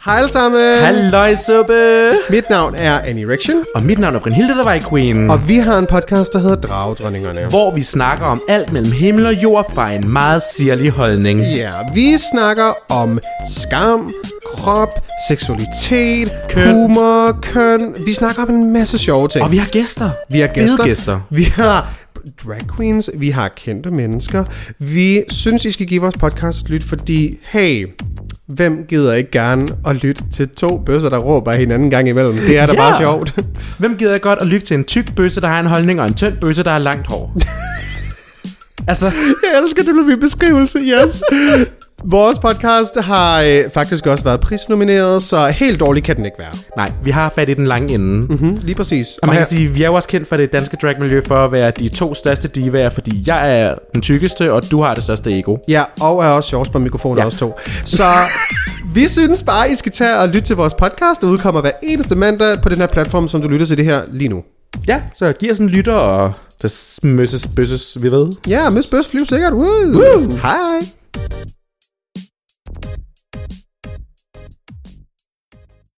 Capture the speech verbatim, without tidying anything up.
Hej alle sammen. Halløj, suppe. Mit navn er Annie Rection. Og mit navn er Brynhilde the White Queen. Og vi har en podcast, der hedder Dragedronningerne. Hvor vi snakker om alt mellem himmel og jord fra en meget sirlig holdning. Ja, vi snakker om skam, krop, seksualitet, køn. humor, køn. Vi snakker om en masse sjove ting. Og vi har gæster. Vi har gæster. Fede gæster. Vi har drag queens, vi har kendte mennesker. Vi synes, I skal give vores podcast et lyt, fordi, hey, hvem gider ikke gerne at lytte til to bøsser, der råber hinanden gang imellem? Det er da Ja. bare sjovt. Hvem gider ikke godt at lytte til en tyk bøsse, der har en holdning, og en tynd bøsse, der har langt hår? Altså, Jeg elsker det, min beskrivelse, yes. Vores podcast har øh, faktisk også været prisnomineret, så helt dårligt kan den ikke være. nej, vi har fat i den lange ende. Mm-hmm, lige præcis. Og man kan sige, vi er jo også kendt for det danske dragmiljø for at være de to største divaer, fordi jeg er den tykkeste, og du har det største ego. Ja, og er også sjovest på mikrofonen, Ja. også to. Så vi synes bare, I skal tage og lytte til vores podcast, der udkommer hver eneste mandag på den her platform, som du lytter til det her lige nu. Ja, så giv os en lytter, og så møsses bøsses, vi ved. Ja, Miss Bøs flyv sikkert. Woo. Woo. Hej.